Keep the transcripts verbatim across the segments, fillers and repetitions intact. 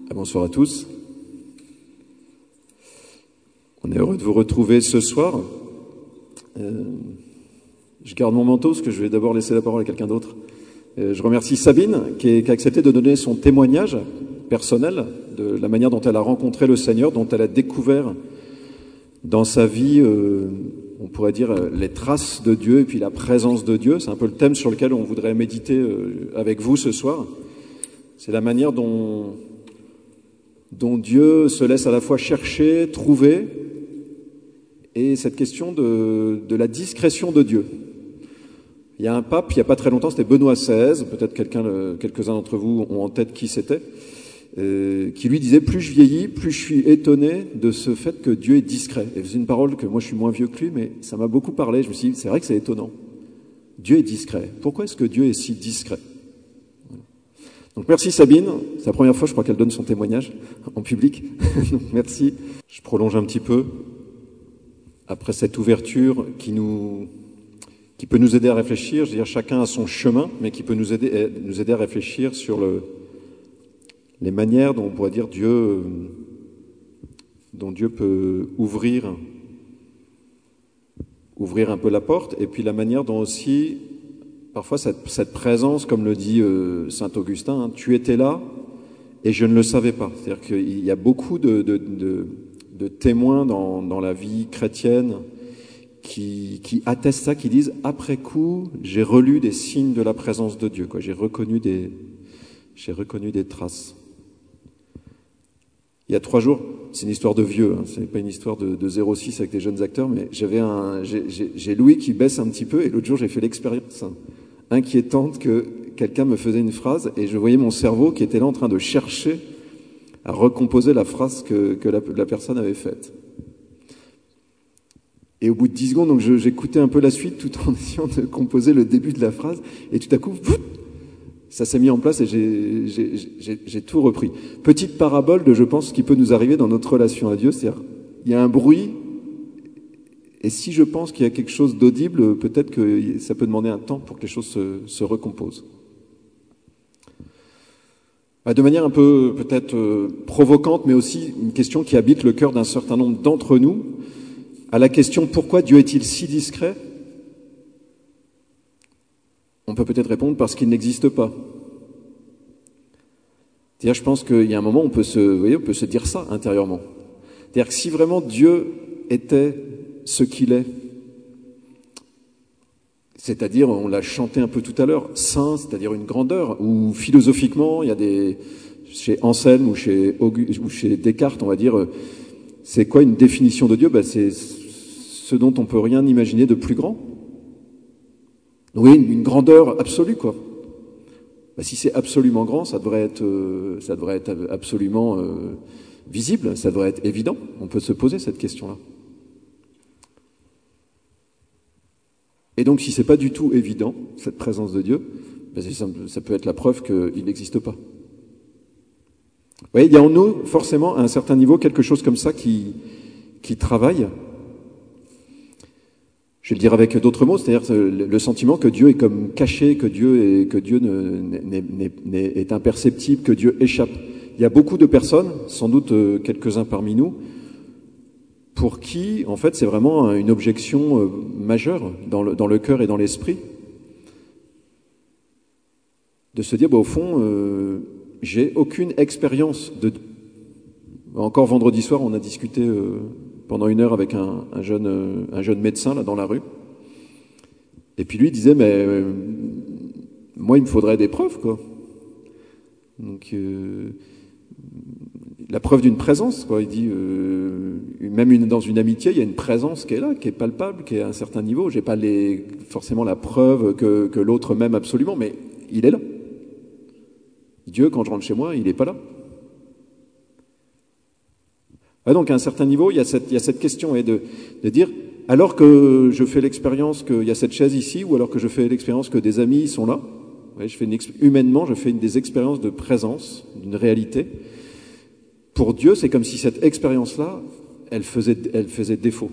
Bonsoir à tous. On est heureux de vous retrouver ce soir. Euh, je garde mon manteau parce que je vais d'abord laisser la parole à quelqu'un d'autre. Euh, je remercie Sabine qui, est, qui a accepté de donner son témoignage personnel de la manière dont elle a rencontré le Seigneur, dont elle a découvert dans sa vie, euh, on pourrait dire, les traces de Dieu et puis la présence de Dieu. C'est un peu le thème sur lequel on voudrait méditer euh, avec vous ce soir. C'est la manière dont... dont Dieu se laisse à la fois chercher, trouver, et cette question de, de la discrétion de Dieu. Il y a un pape, il n'y a pas très longtemps, c'était Benoît seize, peut-être quelqu'un, quelques-uns d'entre vous ont en tête qui c'était, euh, qui lui disait « Plus je vieillis, plus je suis étonné de ce fait que Dieu est discret ». Et c'est une parole que moi je suis moins vieux que lui, mais ça m'a beaucoup parlé. Je me suis dit, c'est vrai que c'est étonnant. Dieu est discret. Pourquoi est-ce que Dieu est si discret ? Donc merci Sabine, c'est la première fois je crois qu'elle donne son témoignage en public, donc merci. Je prolonge un petit peu après cette ouverture qui, nous, qui peut nous aider à réfléchir, je veux dire chacun a son chemin, mais qui peut nous aider, nous aider à réfléchir sur le, les manières dont on pourrait dire Dieu, dont Dieu peut ouvrir, ouvrir un peu la porte, et puis la manière dont aussi parfois, cette, cette présence, comme le dit euh, saint Augustin, hein, tu étais là et je ne le savais pas. C'est-à-dire qu'il y a beaucoup de, de, de, de témoins dans, dans la vie chrétienne qui, qui attestent ça, qui disent « après coup, j'ai relu des signes de la présence de Dieu, quoi. J'ai reconnu des, j'ai reconnu des traces ». Il y a trois jours, c'est une histoire de vieux, hein, c'est pas une histoire de, de zéro six avec des jeunes acteurs, mais j'avais un, j'ai, j'ai, j'ai Louis qui baisse un petit peu, et l'autre jour j'ai fait l'expérience hein, inquiétante que quelqu'un me faisait une phrase et je voyais mon cerveau qui était là en train de chercher à recomposer la phrase que, que la, la personne avait faite. Et au bout de dix secondes, donc je, j'écoutais un peu la suite tout en essayant de composer le début de la phrase, et tout à coup, ça s'est mis en place et j'ai, j'ai, j'ai, j'ai tout repris. Petite parabole de, je pense, ce qui peut nous arriver dans notre relation à Dieu, c'est-à-dire, il y a un bruit, et si je pense qu'il y a quelque chose d'audible, peut-être que ça peut demander un temps pour que les choses se, se recomposent. De manière un peu peut-être euh, provocante, mais aussi une question qui habite le cœur d'un certain nombre d'entre nous, à la question « Pourquoi Dieu est-il si discret ?» On peut peut-être répondre « Parce qu'il n'existe pas ». C'est-à-dire, je pense qu'il y a un moment où on peut se, vous voyez, on peut se dire ça intérieurement. C'est-à-dire que si vraiment Dieu était ce qu'il est, c'est-à-dire, on l'a chanté un peu tout à l'heure, saint, c'est-à-dire une grandeur, ou philosophiquement, il y a des, chez Anselme ou chez, Auguste, ou chez Descartes, on va dire, c'est quoi une définition de Dieu ? Ben, c'est ce dont on peut rien imaginer de plus grand. Oui, une, une grandeur absolue, quoi. Ben, si c'est absolument grand, ça devrait être, euh, ça devrait être absolument euh, visible, ça devrait être évident. On peut se poser cette question-là. Et donc, si c'est pas du tout évident, cette présence de Dieu, ben ça, ça peut être la preuve qu'il n'existe pas. Vous voyez, il y a en nous, forcément, à un certain niveau, quelque chose comme ça qui, qui travaille. Je vais le dire avec d'autres mots, c'est-à-dire le sentiment que Dieu est comme caché, que Dieu est, que Dieu ne, n'est, n'est, n'est, est imperceptible, que Dieu échappe. Il y a beaucoup de personnes, sans doute quelques-uns parmi nous, pour qui, en fait, c'est vraiment une objection euh, majeure dans le, dans le cœur et dans l'esprit, de se dire, bah, au fond, euh, j'ai aucune expérience de... Encore vendredi soir, on a discuté euh, pendant une heure avec un, un, jeune, euh, un jeune médecin, là, dans la rue, et puis lui disait, mais euh, moi, il me faudrait des preuves, quoi. Donc... Euh, la preuve d'une présence, quoi. Il dit, euh, même une, dans une amitié, il y a une présence qui est là, qui est palpable, qui est à un certain niveau. J'ai pas les, forcément la preuve que, que l'autre m'aime absolument, mais il est là. Dieu, quand je rentre chez moi, il n'est pas là. Ah, donc, à un certain niveau, il y a cette, il y a cette question, et de, de dire, alors que je fais l'expérience qu'il y a cette chaise ici, ou alors que je fais l'expérience que des amis sont là, ouais, je fais une, humainement, je fais une, des expériences de présence, d'une réalité. Pour Dieu, c'est comme si cette expérience-là, elle faisait, elle faisait défaut.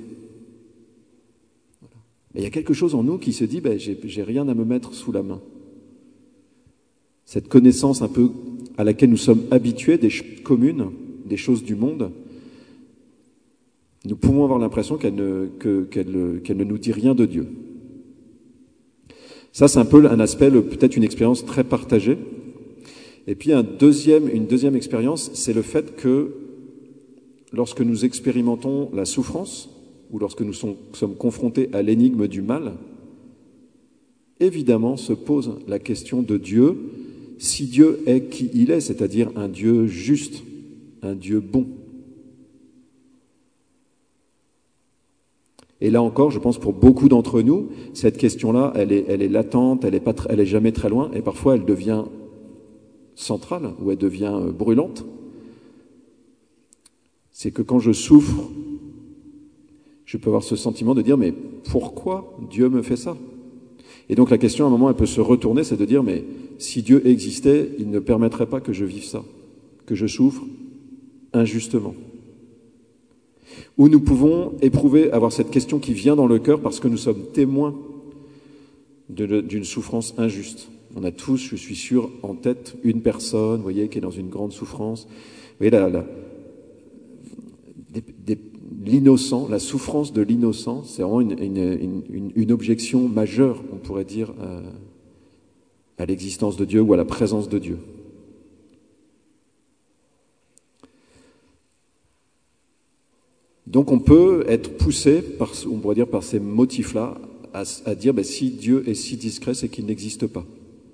Et il y a quelque chose en nous qui se dit, ben, j'ai, j'ai rien à me mettre sous la main. Cette connaissance un peu à laquelle nous sommes habitués, des choses communes, des choses du monde, nous pouvons avoir l'impression qu'elle ne, que, qu'elle, qu'elle ne nous dit rien de Dieu. Ça, c'est un peu un aspect, peut-être une expérience très partagée. Et puis un deuxième, une deuxième expérience, c'est le fait que lorsque nous expérimentons la souffrance, ou lorsque nous sommes confrontés à l'énigme du mal, évidemment se pose la question de Dieu, si Dieu est qui il est, c'est-à-dire un Dieu juste, un Dieu bon. Et là encore, je pense pour beaucoup d'entre nous, cette question-là, elle est, elle est latente, elle est pas, elle est jamais très loin, et parfois elle devient centrale, ou elle devient brûlante. C'est que quand je souffre, je peux avoir ce sentiment de dire, mais pourquoi Dieu me fait ça? Et donc la question, à un moment, elle peut se retourner, c'est de dire, mais si Dieu existait, il ne permettrait pas que je vive ça, que je souffre injustement. Ou nous pouvons éprouver, avoir cette question qui vient dans le cœur parce que nous sommes témoins de, d'une souffrance injuste. On a tous, je suis sûr, en tête une personne, vous voyez, qui est dans une grande souffrance. Vous voyez, la, la, des, des, l'innocent, la souffrance de l'innocent, c'est vraiment une, une, une, une objection majeure, on pourrait dire, à, à l'existence de Dieu ou à la présence de Dieu. Donc on peut être poussé, par, on pourrait dire par ces motifs-là, à, à dire ben, si Dieu est si discret, c'est qu'il n'existe pas.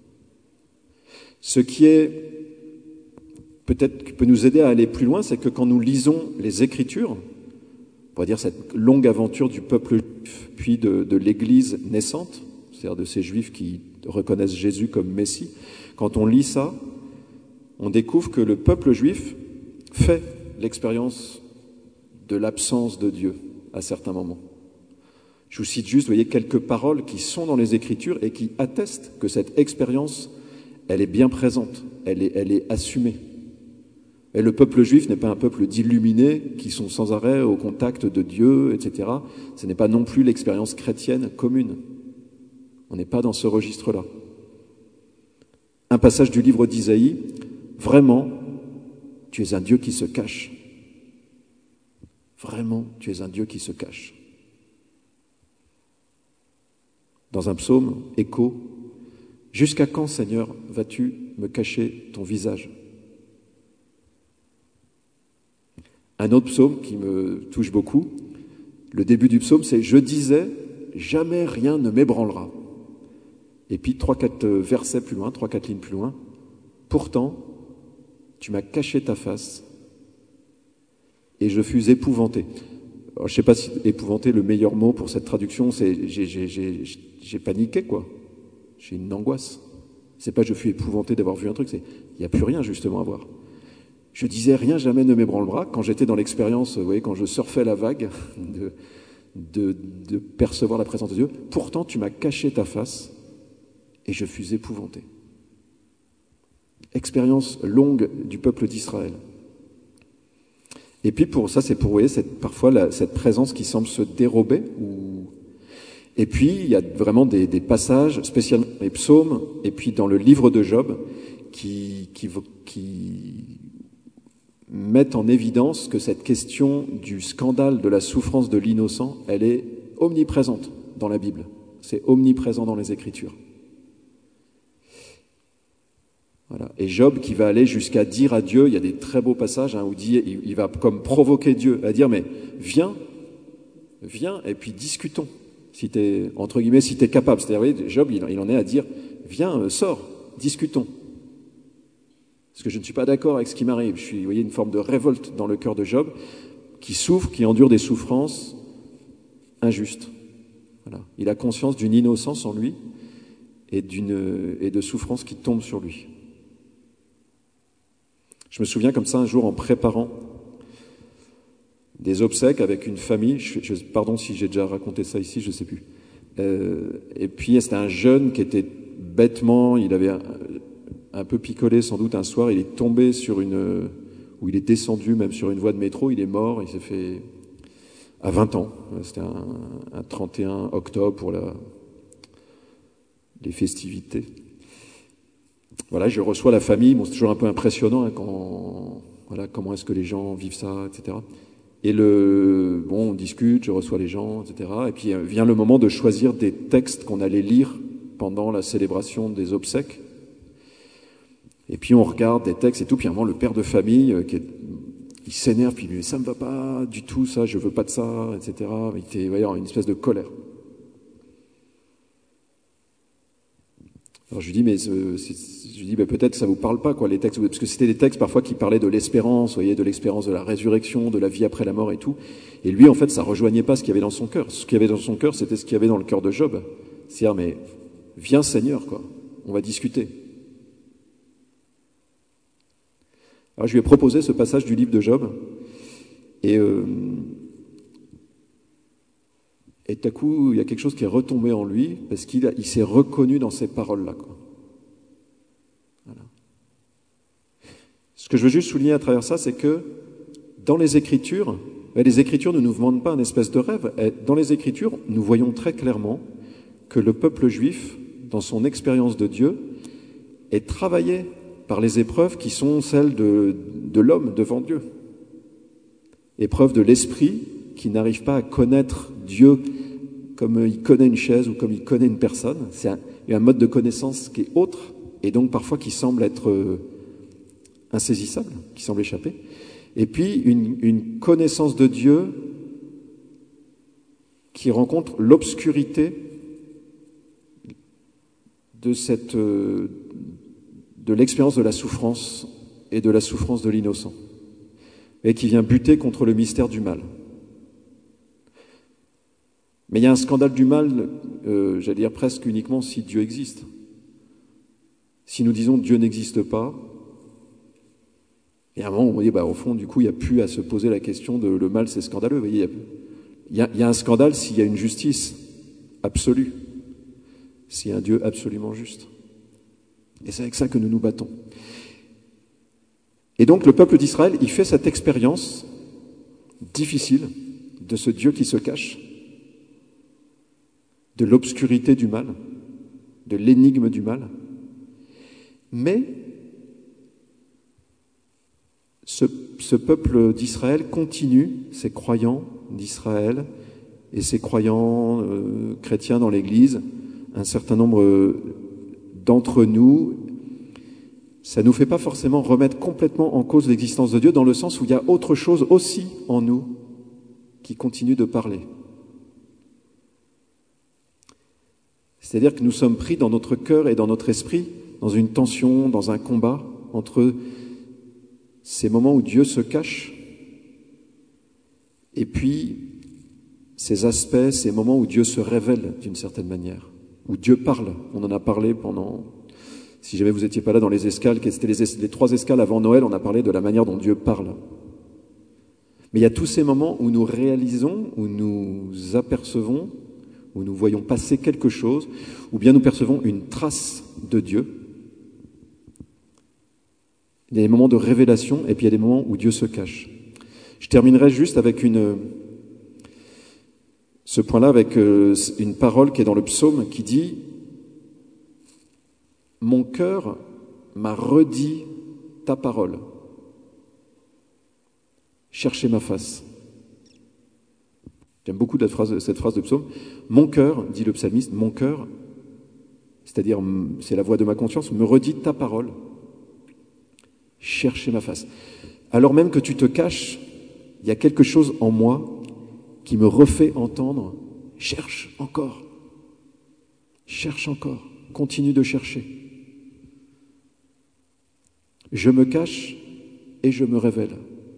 Ce qui est peut-être qui peut nous aider à aller plus loin, c'est que quand nous lisons les Écritures, on pourrait dire cette longue aventure du peuple juif, puis de, de l'Église naissante, c'est-à-dire de ces Juifs qui reconnaissent Jésus comme Messie, quand on lit ça, on découvre que le peuple juif fait l'expérience de l'absence de Dieu à certains moments. Je vous cite juste, vous voyez, quelques paroles qui sont dans les Écritures et qui attestent que cette expérience, elle est bien présente, elle est, elle est assumée. Et le peuple juif n'est pas un peuple d'illuminés qui sont sans arrêt au contact de Dieu, et cetera. Ce n'est pas non plus l'expérience chrétienne commune. On n'est pas dans ce registre-là. Un passage du livre d'Isaïe, vraiment, tu es un Dieu qui se cache. Vraiment, tu es un Dieu qui se cache. Dans un psaume, Écho, jusqu'à quand, Seigneur, vas-tu me cacher ton visage? Un autre psaume qui me touche beaucoup, le début du psaume, c'est « Je disais, jamais rien ne m'ébranlera ». Et puis, trois, quatre versets plus loin, trois, quatre lignes plus loin, « Pourtant, tu m'as caché ta face et je fus épouvanté ». Alors, je ne sais pas si épouvanté, le meilleur mot pour cette traduction, c'est j'ai, j'ai, j'ai, j'ai paniqué, quoi. J'ai une angoisse. C'est pas je fus épouvanté d'avoir vu un truc, c'est il n'y a plus rien justement à voir. Je disais rien jamais ne m'ébranlera quand j'étais dans l'expérience, vous voyez, quand je surfais la vague de, de, de percevoir la présence de Dieu. Pourtant, tu m'as caché ta face et je fus épouvanté. Expérience longue du peuple d'Israël. Et puis pour ça, c'est pour, vous voyez, cette, parfois la, cette présence qui semble se dérober. Ou... Et puis, il y a vraiment des, des passages, spécialement dans les psaumes, et puis dans le livre de Job, qui, qui, qui mettent en évidence que cette question du scandale de la souffrance de l'innocent, elle est omniprésente dans la Bible. C'est omniprésent dans les Écritures. Voilà. Et Job qui va aller jusqu'à dire à Dieu, il y a des très beaux passages hein, où dit, il, il va comme provoquer Dieu à dire mais viens, viens et puis discutons. Si t'es entre guillemets, si t'es capable. C'est-à-dire, vous voyez, Job, il, il en est à dire viens, euh, sors, discutons. Parce que je ne suis pas d'accord avec ce qui m'arrive. Je suis, vous voyez, une forme de révolte dans le cœur de Job qui souffre, qui endure des souffrances injustes. Voilà. Il a conscience d'une innocence en lui et d'une et de souffrances qui tombent sur lui. Je me souviens comme ça un jour en préparant des obsèques avec une famille, je, je, pardon si j'ai déjà raconté ça ici, je ne sais plus. Euh, et puis c'était un jeune qui était bêtement, il avait un, un peu picolé sans doute un soir, il est tombé sur une, ou il est descendu même sur une voie de métro, il est mort, il s'est fait à vingt ans, c'était un, un trente et un octobre pour la, les festivités. voilà, je reçois la famille, bon, c'est toujours un peu impressionnant hein, quand, voilà, comment est-ce que les gens vivent ça, et cetera. Et le, bon, on discute, je reçois les gens, et cetera. Et puis vient le moment de choisir des textes qu'on allait lire pendant la célébration des obsèques. Et puis on regarde des textes et tout, puis à un moment le père de famille, qui est, il s'énerve, puis il dit « ça me va pas du tout, ça, je veux pas de ça, et cetera » Il était, il va y avoir une espèce de colère. Alors je lui dis, mais euh, je lui dis, bah, peut-être que ça vous parle pas, quoi, les textes, parce que c'était des textes parfois qui parlaient de l'espérance, vous voyez, de l'espérance de la résurrection, de la vie après la mort et tout. Et lui, en fait, ça rejoignait pas ce qu'il y avait dans son cœur. Ce qu'il y avait dans son cœur, c'était ce qu'il y avait dans le cœur de Job. C'est-à-dire, mais viens Seigneur, quoi, on va discuter. Alors je lui ai proposé ce passage du livre de Job, et euh, Et tout à coup, il y a quelque chose qui est retombé en lui, parce qu'il il s'est reconnu dans ces paroles-là. Quoi. Voilà. Ce que je veux juste souligner à travers ça, c'est que dans les Écritures, les Écritures ne nous vendent pas un espèce de rêve. Dans les Écritures, nous voyons très clairement que le peuple juif, dans son expérience de Dieu, est travaillé par les épreuves qui sont celles de, de l'homme devant Dieu. Épreuve de l'esprit qui n'arrive pas à connaître Dieu comme il connaît une chaise ou comme il connaît une personne. C'est un, un mode de connaissance qui est autre et donc parfois qui semble être euh, insaisissable, qui semble échapper. Et puis une, une connaissance de Dieu qui rencontre l'obscurité de cette, euh, de l'expérience de la souffrance et de la souffrance de l'innocent, et qui vient buter contre le mystère du mal. Mais il y a un scandale du mal, euh, j'allais dire presque uniquement si Dieu existe. Si nous disons Dieu n'existe pas, et à un moment on dit, bah, au fond, du coup, il n'y a plus à se poser la question de le mal, c'est scandaleux. Vous voyez, il y a, il y a un scandale s'il y a une justice absolue, s'il y a un Dieu absolument juste. Et c'est avec ça que nous nous battons. Et donc le peuple d'Israël, il fait cette expérience difficile de ce Dieu qui se cache, de l'obscurité du mal, de l'énigme du mal. Mais ce, ce peuple d'Israël continue, ces croyants d'Israël et ces croyants euh, chrétiens dans l'Église, un certain nombre d'entre nous, ça ne nous fait pas forcément remettre complètement en cause l'existence de Dieu, dans le sens où il y a autre chose aussi en nous qui continue de parler. C'est-à-dire que nous sommes pris dans notre cœur et dans notre esprit, dans une tension, dans un combat entre ces moments où Dieu se cache et puis ces aspects, ces moments où Dieu se révèle d'une certaine manière, où Dieu parle. On en a parlé pendant, si jamais vous n'étiez pas là dans les escales, c'était les, les trois escales avant Noël, on a parlé de la manière dont Dieu parle. Mais il y a tous ces moments où nous réalisons, où nous apercevons, où nous voyons passer quelque chose, ou bien nous percevons une trace de Dieu. Il y a des moments de révélation, et puis il y a des moments où Dieu se cache. Je terminerai juste avec une, ce point-là, avec une parole qui est dans le psaume, qui dit « Mon cœur m'a redit ta parole. Cherchez ma face. » J'aime beaucoup cette phrase, cette phrase de psaume. Mon cœur, dit le psalmiste, mon cœur, c'est-à-dire c'est la voix de ma conscience, me redit ta parole. Cherchez ma face. Alors même que tu te caches, il y a quelque chose en moi qui me refait entendre. Cherche encore. Cherche encore. Continue de chercher. Je me cache et je me révèle.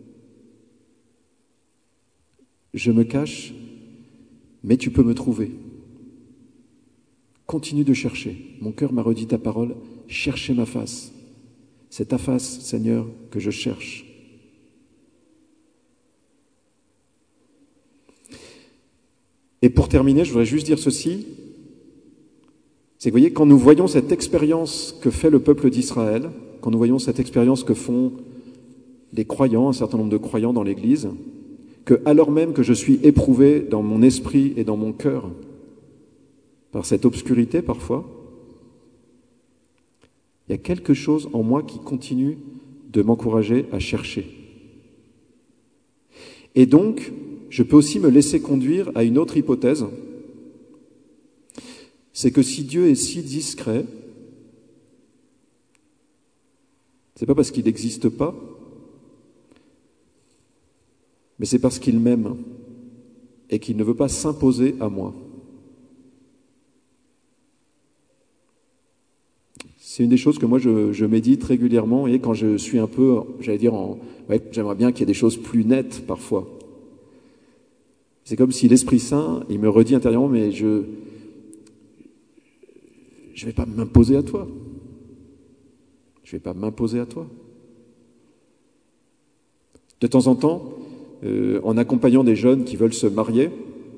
Je me cache, mais tu peux me trouver. Continue de chercher. Mon cœur m'a redit ta parole. Cherchez ma face. C'est ta face, Seigneur, que je cherche. Et pour terminer, je voudrais juste dire ceci. C'est que, vous voyez, quand nous voyons cette expérience que fait le peuple d'Israël, quand nous voyons cette expérience que font les croyants, un certain nombre de croyants dans l'Église, que alors même que je suis éprouvé dans mon esprit et dans mon cœur par cette obscurité parfois, Il y a quelque chose en moi qui continue de m'encourager à chercher. Et donc, je peux aussi me laisser conduire à une autre hypothèse, c'est que si Dieu est si discret, c'est pas parce qu'il n'existe pas, mais c'est parce qu'il m'aime et qu'il ne veut pas s'imposer à moi. C'est une des choses que moi je, je médite régulièrement, et quand je suis un peu, j'allais dire, en, ouais, j'aimerais bien qu'il y ait des choses plus nettes parfois. C'est comme si l'Esprit Saint, il me redit intérieurement, mais je je vais pas m'imposer à toi. Je vais pas m'imposer à toi. De temps en temps, euh, en accompagnant des jeunes qui veulent se marier,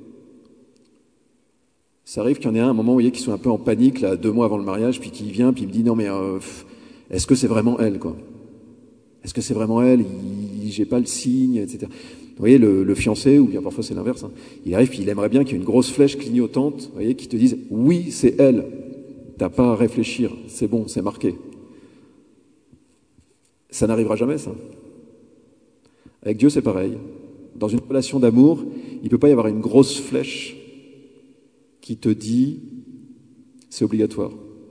ça arrive qu'il y en ait un, à un moment, vous voyez, qui sont un peu en panique, là, deux mois avant le mariage, puis qui vient, puis il me dit, non mais, euh, pff, est-ce que c'est vraiment elle, quoi? Est-ce que c'est vraiment elle? Il, j'ai pas le signe, et cetera. Vous voyez, le, le fiancé, ou bien parfois c'est l'inverse, hein, il arrive, puis il aimerait bien qu'il y ait une grosse flèche clignotante, vous voyez, qui te dise, oui, c'est elle. T'as pas à réfléchir, c'est bon, c'est marqué. Ça n'arrivera jamais, ça. Avec Dieu, c'est pareil. Dans une relation d'amour, il ne peut pas y avoir une grosse flèche qui te dit c'est obligatoire.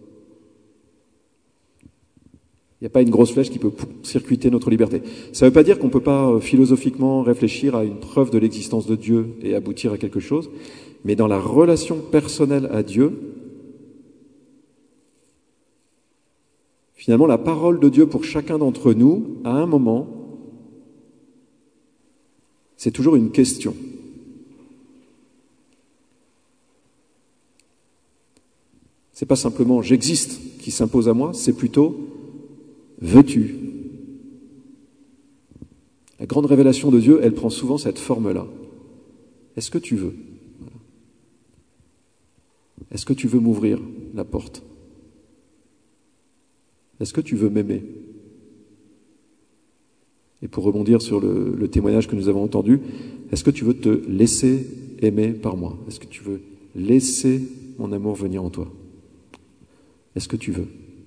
Il n'y a pas une grosse flèche qui peut circuiter notre liberté. Ça ne veut pas dire qu'on ne peut pas philosophiquement réfléchir à une preuve de l'existence de Dieu et aboutir à quelque chose, mais dans la relation personnelle à Dieu, finalement, la parole de Dieu pour chacun d'entre nous, à un moment, c'est toujours une question. C'est pas simplement « j'existe » qui s'impose à moi, c'est plutôt « veux-tu » ? La grande révélation de Dieu, elle prend souvent cette forme-là. Est-ce que tu veux ? Est-ce que tu veux m'ouvrir la porte ? Est-ce que tu veux m'aimer ? Et pour rebondir sur le, le témoignage que nous avons entendu, est-ce que tu veux te laisser aimer par moi ? Est-ce que tu veux laisser mon amour venir en toi ? Est-ce que tu veux ?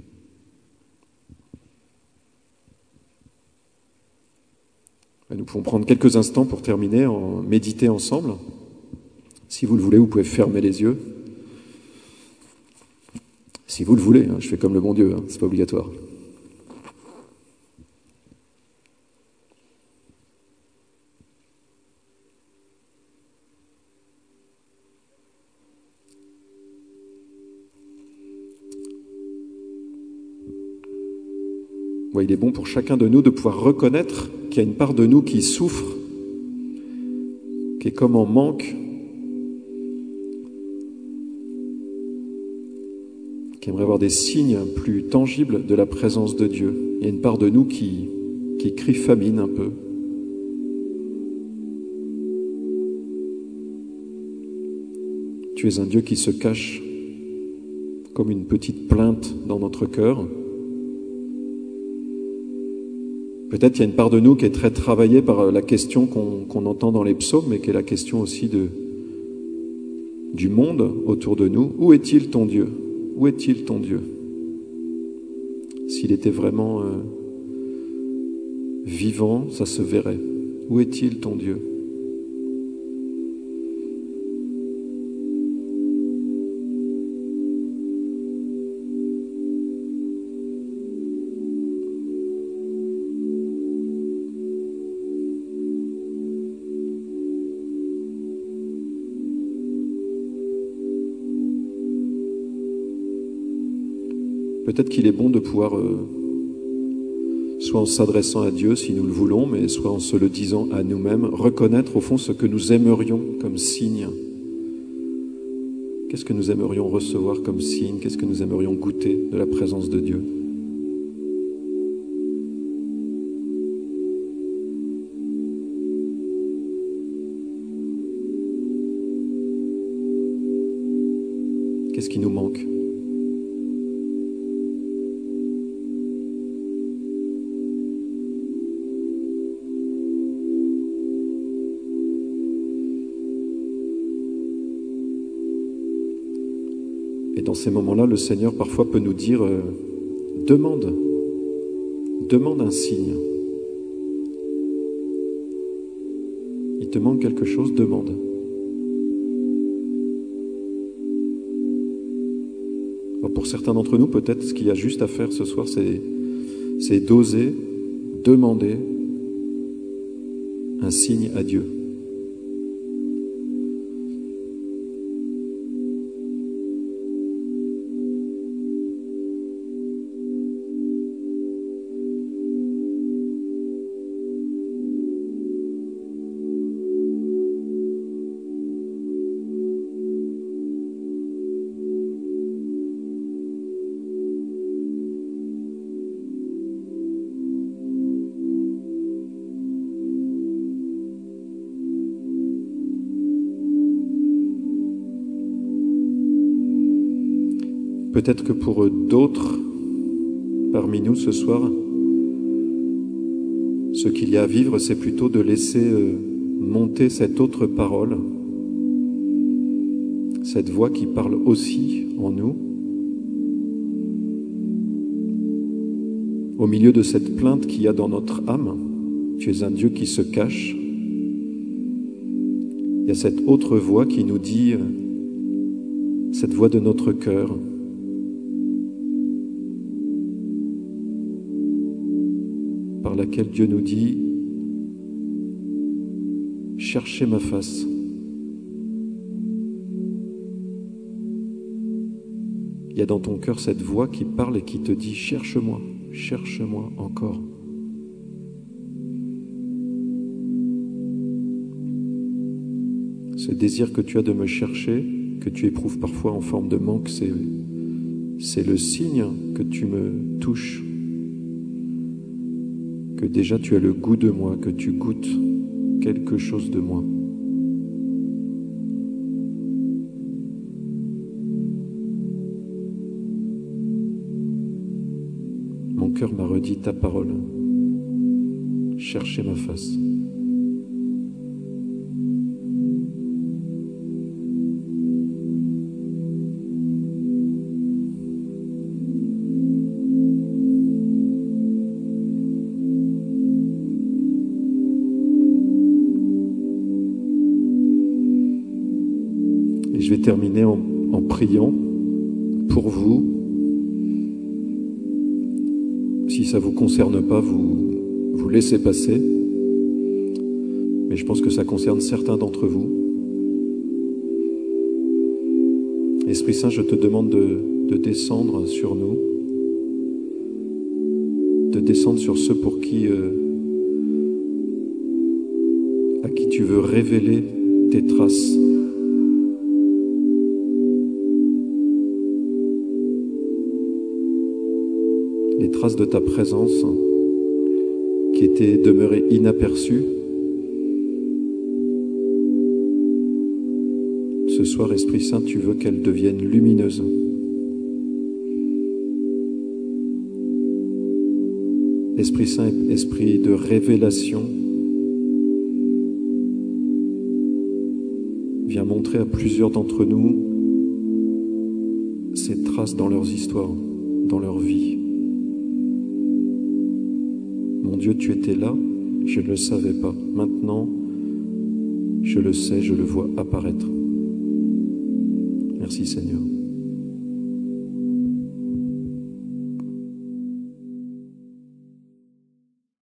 Et nous pouvons prendre quelques instants pour terminer, en méditer ensemble. Si vous le voulez, vous pouvez fermer les yeux. Si vous le voulez, hein, je fais comme le bon Dieu, hein, c'est pas obligatoire. Ouais, il est bon pour chacun de nous de pouvoir reconnaître qu'il y a une part de nous qui souffre, qui est comme en manque, qui aimerait avoir des signes plus tangibles de la présence de Dieu. Il y a une part de nous qui, qui crie famine un peu. Tu es un Dieu qui se cache comme une petite plainte dans notre cœur. Peut-être qu'il y a une part de nous qui est très travaillée par la question qu'on qu'on entend dans les psaumes, mais qui est la question aussi de, du monde autour de nous. Où est-il ton Dieu ? Où est-il ton Dieu ? S'il était vraiment euh, vivant, ça se verrait. Où est-il ton Dieu ? Peut-être qu'il est bon de pouvoir, euh, soit en s'adressant à Dieu si nous le voulons, mais soit en se le disant à nous-mêmes, reconnaître au fond ce que nous aimerions comme signe. Qu'est-ce que nous aimerions recevoir comme signe? Qu'est-ce que nous aimerions goûter de la présence de Dieu? Qu'est-ce qui nous manque? Et dans ces moments-là, le Seigneur parfois peut nous dire euh, Demande, demande un signe. Il te manque quelque chose, demande. Alors pour certains d'entre nous, peut-être ce qu'il y a juste à faire ce soir, c'est, c'est d'oser demander un signe à Dieu. Peut-être que pour d'autres parmi nous ce soir, ce qu'il y a à vivre, c'est plutôt de laisser monter cette autre parole, cette voix qui parle aussi en nous. Au milieu de cette plainte qu'il y a dans notre âme, tu es un Dieu qui se cache. Il y a cette autre voix qui nous dit, cette voix de notre cœur, par laquelle Dieu nous dit « Cherchez ma face ». Il y a dans ton cœur cette voix qui parle et qui te dit « Cherche-moi, cherche-moi encore ». Ce désir que tu as de me chercher, que tu éprouves parfois en forme de manque, c'est, c'est le signe que tu me touches, que déjà tu as le goût de moi, que tu goûtes quelque chose de moi. Mon cœur m'a redit ta parole. Cherchez ma face. Je vais terminer en, en priant pour vous. Si ça ne vous concerne pas, vous, vous laissez passer. Mais je pense que ça concerne certains d'entre vous. Esprit Saint, je te demande de, de descendre sur nous, de descendre sur ceux pour qui, euh, à qui tu veux révéler tes traces. Les traces de ta présence qui étaient demeurées inaperçues. Ce soir, Esprit Saint, tu veux qu'elles deviennent lumineuses. Esprit Saint, esprit de révélation, viens montrer à plusieurs d'entre nous ces traces dans leurs histoires, dans leur vie. Mon Dieu, tu étais là, je ne le savais pas. Maintenant, je le sais, je le vois apparaître. Merci Seigneur.